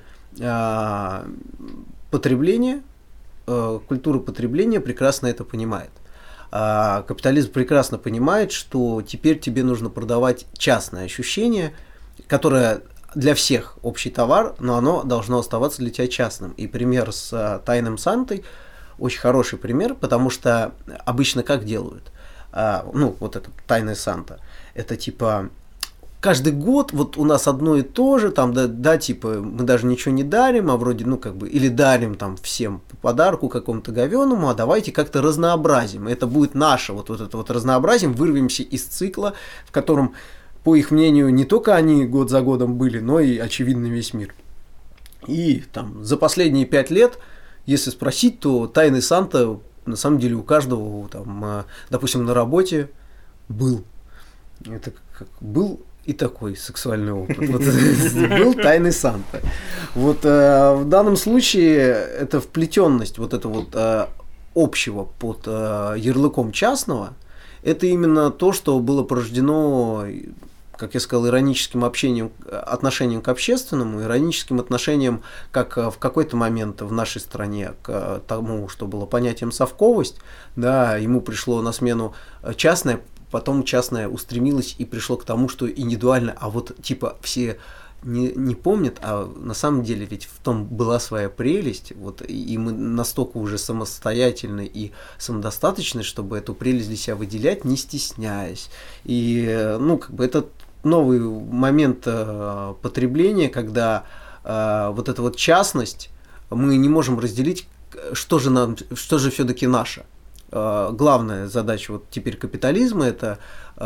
Speaker 2: потребление, культура потребления прекрасно это понимает. Капитализм прекрасно понимает, что теперь тебе нужно продавать частное ощущение, которое для всех общий товар, но оно должно оставаться для тебя частным. И пример с Тайным Сантой очень хороший пример, потому что обычно как делают? Ну, вот это Тайный Санта. Это типа каждый год вот у нас одно и то же, там, да, типа мы даже ничего не дарим, а вроде, ну, как бы, или дарим там всем по подарку какому-то говеному, а давайте как-то разнообразим. Это будет наше вот это вот разнообразим, вырвемся из цикла, в котором, по их мнению, не только они год за годом были, но и, очевидно, весь мир. И там за последние 5 лет, если спросить, то Тайный Санта, на самом деле, у каждого, там, допустим, на работе был. Это как был и такой сексуальный опыт. Был Тайный Санта. Вот в данном случае эта вплетенность вот этого вот общего под ярлыком частного, это именно то, что было порождено, как я сказал, ироническим отношением к общественному, ироническим отношением, как в какой-то момент в нашей стране к тому, что было понятием совковость, да, ему пришло на смену частное, потом частное устремилось и пришло к тому, что индивидуально, а вот типа все не помнят, а на самом деле ведь в том была своя прелесть, вот, и мы настолько уже самостоятельны и самодостаточны, чтобы эту прелесть для себя выделять, не стесняясь. И, ну, как бы это новый момент потребления, когда вот эта вот частность, мы не можем разделить, что же все-таки наше. Главная задача вот теперь капитализма — это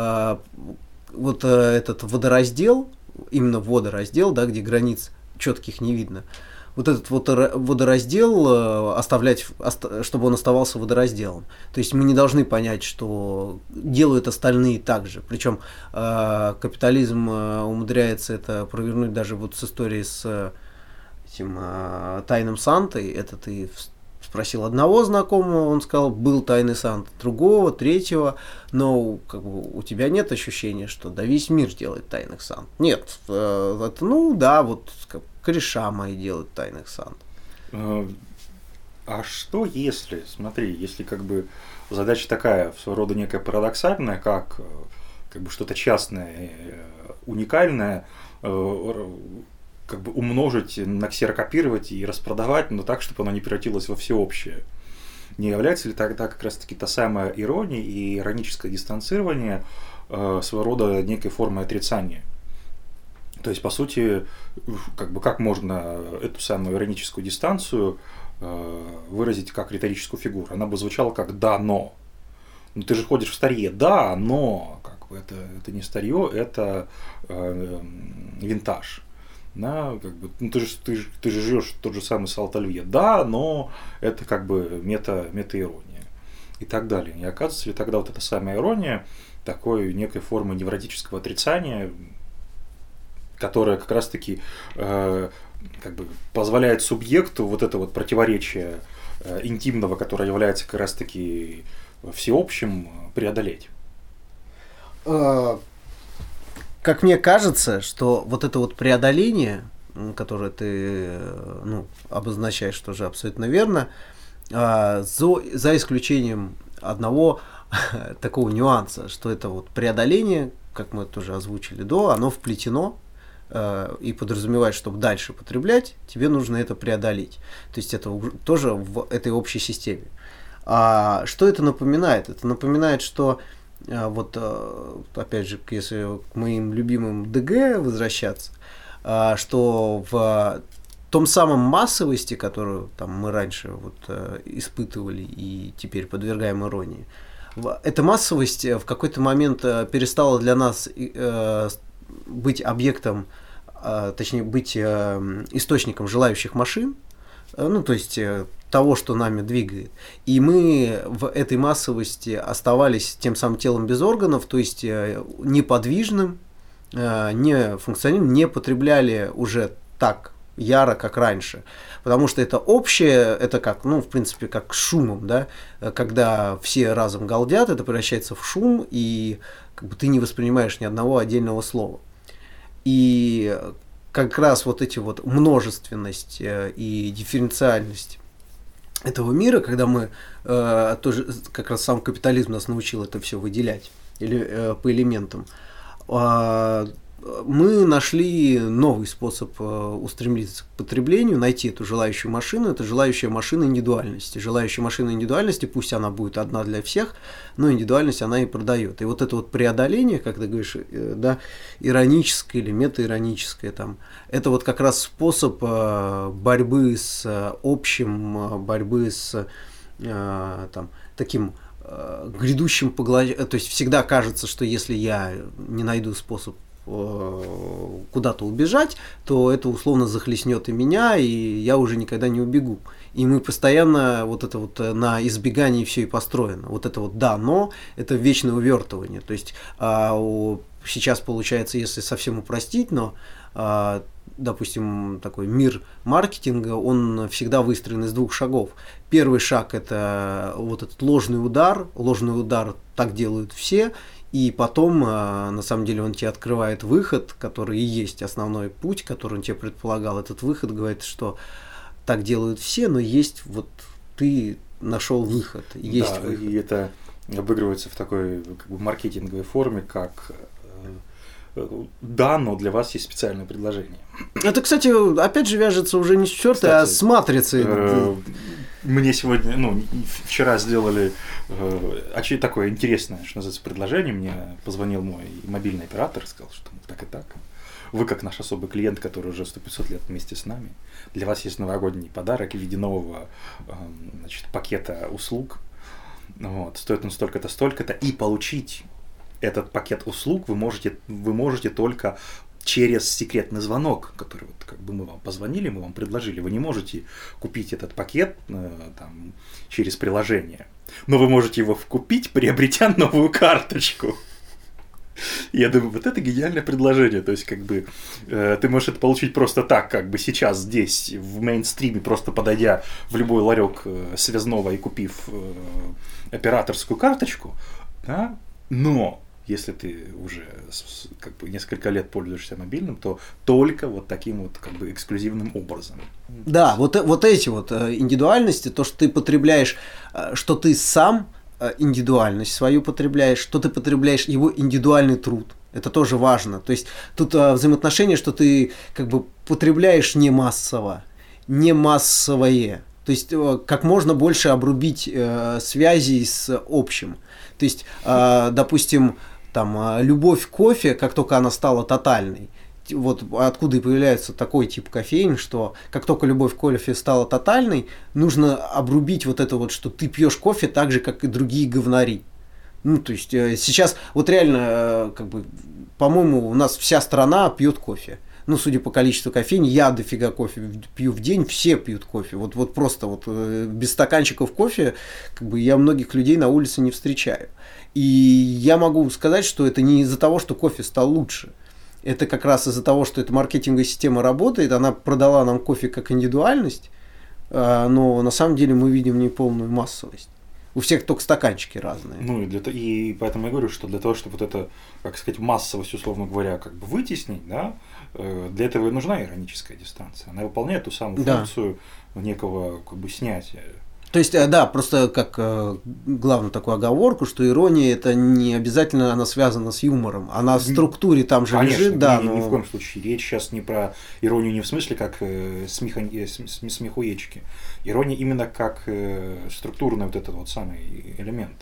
Speaker 2: вот этот водораздел, именно водораздел, да, где границ четких не видно. Вот этот вот водораздел оставлять, чтобы он оставался водоразделом. То есть мы не должны понять, что делают остальные так же. Причем капитализм умудряется это провернуть даже вот с историей с этим Тайным Сантой. Это ты спросил одного знакомого, он сказал, был Тайный Санта, другого, третьего, но как бы, у тебя нет ощущения, что да весь мир делает Тайных Сант. Нет, это, ну да, вот кореша мои делают Тайных Сант.
Speaker 1: А что если, смотри, если как бы задача такая, своего рода некая парадоксальная, как бы что-то частное, уникальное, как бы умножить, наксерокопировать и распродавать, но так, чтобы оно не превратилось во всеобщее. Не является ли тогда как раз-таки та самая ирония и ироническое дистанцирование своего рода некой формой отрицания? То есть, по сути, как бы как можно эту самую ироническую дистанцию выразить как риторическую фигуру? Она бы звучала как «да, но». Ну, ты же ходишь в старье, да, но как бы это не старье, это винтаж. Да, как бы, ну, ты же живешь тот же самый Салт-Оливье, да, но это как бы мета-ирония и так далее. Не оказывается ли тогда вот эта самая ирония такой некой формы невротического отрицания, которая как раз-таки как бы позволяет субъекту вот это вот противоречие интимного, которое является как раз-таки всеобщем преодолеть?
Speaker 2: Как мне кажется, что вот это вот преодоление, которое ты обозначаешь тоже абсолютно верно, за исключением одного такого нюанса, что это вот преодоление, как мы тоже озвучили оно вплетено и подразумевает, чтобы дальше потреблять, тебе нужно это преодолеть. То есть это тоже в этой общей системе. А что это напоминает? Это напоминает, что вот опять же, если к моим любимым ДГ возвращаться, что в том самом массовости, которую там мы раньше испытывали и теперь подвергаем иронии, эта массовость в какой-то момент перестала для нас быть объектом, точнее быть источником желающих машин, то есть того, что нами двигает. И мы в этой массовости оставались тем самым телом без органов, то есть неподвижным, не функционируем, не потребляли уже так яро, как раньше. Потому что это общее, это как, в принципе, как с шумом, да, когда все разом галдят, это превращается в шум, и ты не воспринимаешь ни одного отдельного слова. И как раз вот эти вот множественность и дифференциальность этого мира, когда мы тоже, как раз сам капитализм нас научил это все выделять или по элементам, мы нашли новый способ устремиться к потреблению, найти эту желающую машину. Это желающая машина индивидуальности. Желающая машина индивидуальности, пусть она будет одна для всех, но индивидуальность она и продает. И вот это вот преодоление, как ты говоришь, да, ироническое или метаироническое, это вот как раз способ борьбы с общим, борьбы с таким грядущим поглощением. То есть всегда кажется, что если я не найду способ куда-то убежать, то это условно захлестнет и меня, и я уже никогда не убегу. И мы постоянно на избегании все и построено. Вот это вот да, но это вечное увертывание. То есть сейчас получается, если совсем упростить, но допустим, такой мир маркетинга, он всегда выстроен из двух шагов. Первый шаг – это вот этот ложный удар, так делают все, и потом, на самом деле, он тебе открывает выход, который и есть основной путь, который он тебе предполагал. Этот выход говорит, что так делают все, но есть ты нашел выход. Есть выход.
Speaker 1: И это обыгрывается в такой маркетинговой форме, как да, но для вас есть специальное предложение.
Speaker 2: Это, кстати, опять же вяжется уже не с чертой, а с матрицей.
Speaker 1: Мне сегодня, вчера сделали такое интересное, что называется, предложение. Мне позвонил мой мобильный оператор и сказал, что так и так. Вы, как наш особый клиент, который уже 100-500 лет вместе с нами, для вас есть новогодний подарок в виде нового пакета услуг. Стоит он столько-то, столько-то. И получить этот пакет услуг вы можете только через секретный звонок, который мы вам позвонили, мы вам предложили. Вы не можете купить этот пакет через приложение, но вы можете его купить, приобретя новую карточку. Я думаю, вот это гениальное предложение. То есть, ты можешь это получить просто так, сейчас здесь, в мейнстриме, просто подойдя в любой ларек связного и купив операторскую карточку, да? Но если ты уже несколько лет пользуешься мобильным, то только таким эксклюзивным образом.
Speaker 2: Да, вот эти индивидуальности, то, что ты потребляешь, что ты сам индивидуальность свою потребляешь, что ты потребляешь его индивидуальный труд. Это тоже важно. То есть тут взаимоотношения, что ты потребляешь не массово, не массовое. То есть как можно больше обрубить связей с общим. То есть, допустим, любовь к кофе, как только она стала тотальной, откуда и появляется такой тип кофеин, что как только любовь к кофе стала тотальной, нужно обрубить что ты пьешь кофе так же, как и другие говнари. То есть сейчас реально, по-моему, у нас вся страна пьет кофе. Судя по количеству кофеин, я дофига кофе пью в день, все пьют кофе. Просто без стаканчиков кофе я многих людей на улице не встречаю. И я могу сказать, что это не из-за того, что кофе стал лучше. Это как раз из-за того, что эта маркетинговая система работает, она продала нам кофе как индивидуальность, но на самом деле мы видим неполную массовость. У всех только стаканчики разные.
Speaker 1: Ну, и поэтому я говорю, что для того, чтобы вот это, как сказать, массовость, условно говоря, как бы вытеснить, да, для этого и нужна ироническая дистанция. Она выполняет ту самую функцию некого как бы снятия.
Speaker 2: То есть, да, просто как главную такую оговорку, что ирония это не обязательно она связана с юмором, она в структуре там же лежит, да.
Speaker 1: Ни в коем случае. Речь сейчас не про иронию не в смысле как смехуечки. Ирония именно как структурный вот этот вот самый элемент.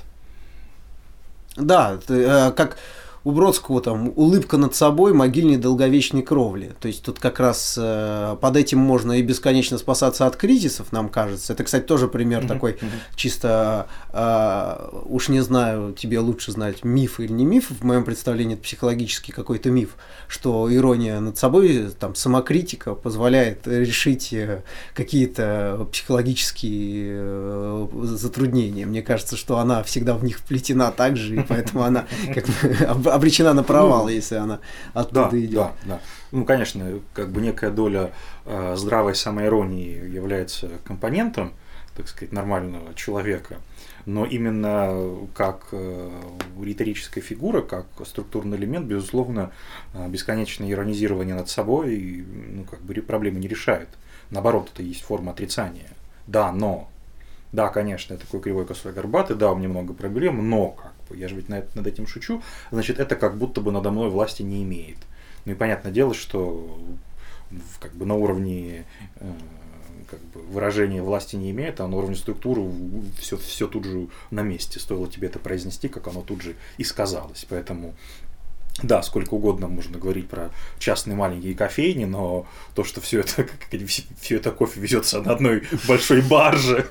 Speaker 2: Да, как у Бродского там улыбка над собой, могильной долговечной кровли. То есть тут как раз под этим можно и бесконечно спасаться от кризисов, нам кажется. Это, кстати, тоже пример такой чисто, уж не знаю, тебе лучше знать, миф или не миф, в моем представлении это психологический какой-то миф, что ирония над собой, там, самокритика позволяет решить какие-то психологические затруднения. Мне кажется, что она всегда в них вплетена так же, и поэтому она как бы обречена на провал, если она оттуда идет.
Speaker 1: Да. Ну, конечно, как бы некая доля здравой самоиронии является компонентом, так сказать, нормального человека, но именно как риторическая фигура, как структурный элемент, безусловно, бесконечное иронизирование над собой, ну, как бы проблемы не решает. Наоборот, это есть форма отрицания. Да, но. Да, конечно, я такой кривой, косой, горбатый, да, у меня много проблем, но как бы, я же ведь над этим шучу, значит, это как будто бы надо мной власти не имеет. Ну и понятное дело, что как бы на уровне как бы, выражения власти не имеет, а на уровне структуры все тут же на месте. Стоило тебе это произнести, как оно тут же и сказалось. Поэтому да, сколько угодно можно говорить про частные маленькие кофейни, но то, что все это кофе везется на одной большой барже.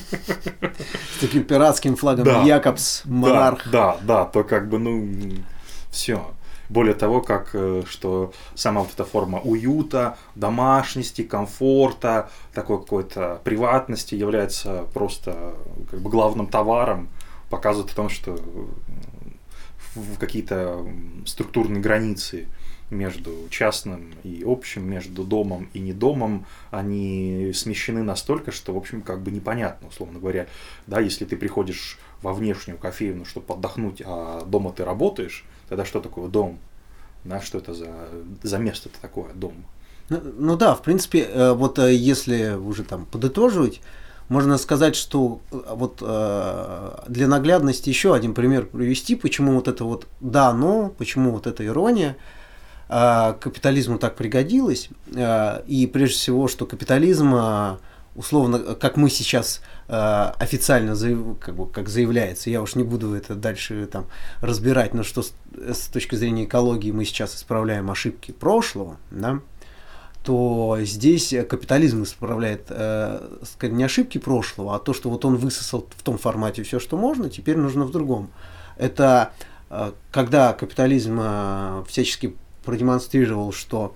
Speaker 2: С таким пиратским флагом Якобс, монарх.
Speaker 1: Да, то как бы, ну, все. Более того, что сама вот эта форма уюта, домашности, комфорта, такой какой-то приватности является просто как бы главным товаром, показывает о том, что в какие-то структурные границы между частным и общим, между домом и недомом, они смещены настолько, что, в общем, как бы непонятно, условно говоря. Да, если ты приходишь во внешнюю кофейню, чтобы отдохнуть, а дома ты работаешь, тогда что такое дом? Да, что это за место-то такое, дом?
Speaker 2: Ну да, в принципе, вот если уже там подытоживать, можно сказать, что вот для наглядности еще один пример привести, почему вот это вот да, но, почему вот эта ирония капитализму так пригодилась, и прежде всего, что капитализм, условно, как мы сейчас официально как заявляется, я уж не буду это дальше там разбирать, но что с точки зрения экологии мы сейчас исправляем ошибки прошлого, да, то здесь капитализм исправляет не ошибки прошлого, а то, что вот он высосал в том формате все, что можно, теперь нужно в другом. Это когда капитализм всячески продемонстрировал, что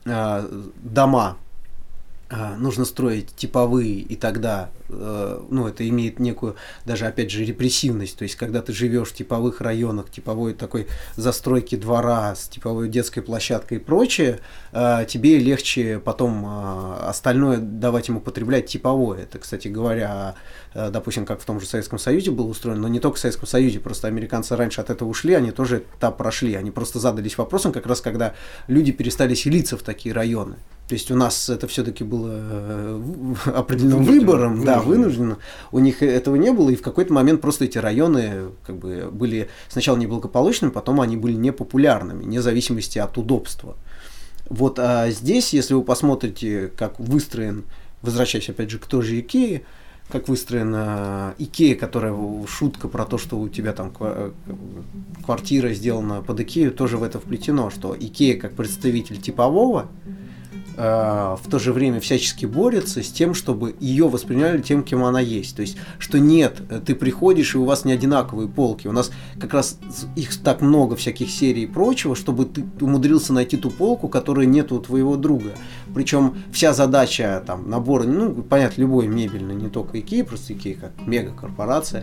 Speaker 2: дома нужно строить типовые, и тогда ну, это имеет некую, даже опять же, репрессивность. То есть, когда ты живешь в типовых районах, типовой такой застройки двора с типовой детской площадкой и прочее, тебе легче потом остальное давать ему потреблять типовое. Это, кстати говоря, допустим, как в том же Советском Союзе было устроено, но не только в Советском Союзе, просто американцы раньше от этого ушли, они тоже этап прошли. Они просто задались вопросом, как раз когда люди перестали селиться в такие районы. То есть у нас это все-таки было определенным выбором, да, вынужденно. У них этого не было, и в какой-то момент просто эти районы как бы были сначала неблагополучными, потом они были непопулярными, вне зависимости от удобства. Вот, а здесь, если вы посмотрите, как выстроен, возвращаясь опять же к той же Икее, как выстроена Икея, которая шутка про то, что у тебя там квартира сделана под Икею, тоже в это вплетено, что Икея как представитель типового в то же время всячески борется с тем, чтобы ее восприняли тем, кем она есть. То есть, что нет, ты приходишь, и у вас не одинаковые полки. У нас как раз их так много, всяких серий и прочего, чтобы ты умудрился найти ту полку, которой нет у твоего друга. Причем вся задача там, набора, ну, понятно, любой мебельный, не только Икея, просто Икея как мегакорпорация.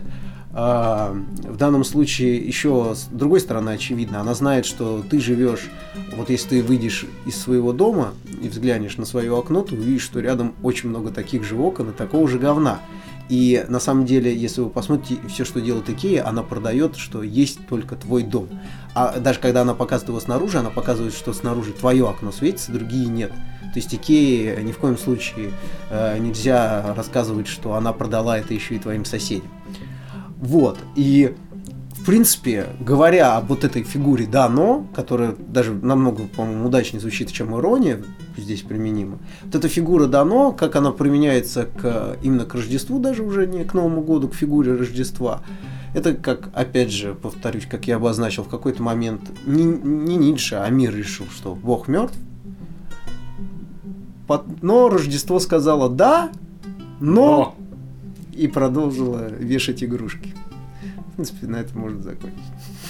Speaker 2: В данном случае еще с другой стороны очевидно, она знает, что ты живешь, вот если ты выйдешь из своего дома и взглянешь на свое окно, ты увидишь, что рядом очень много таких же окон и такого же говна. И на самом деле, если вы посмотрите, все, что делает Икея, она продает, что есть только твой дом. А даже когда она показывает его снаружи, она показывает, что снаружи твое окно светится, другие нет. То есть Икее ни в коем случае нельзя рассказывать, что она продала это еще и твоим соседям. Вот. И в принципе, говоря об вот этой фигуре «да-но», которая даже намного, по-моему, удачнее звучит, чем ирония здесь применима, вот эта фигура «да-но», как она применяется именно к Рождеству, даже уже не к Новому году, к фигуре Рождества, это как, опять же, повторюсь, как я обозначил, в какой-то момент не Ницше, а мир решил, что Бог мертв, но Рождество сказало «да, но...» и продолжило вешать игрушки. В принципе, на этом можно закончить.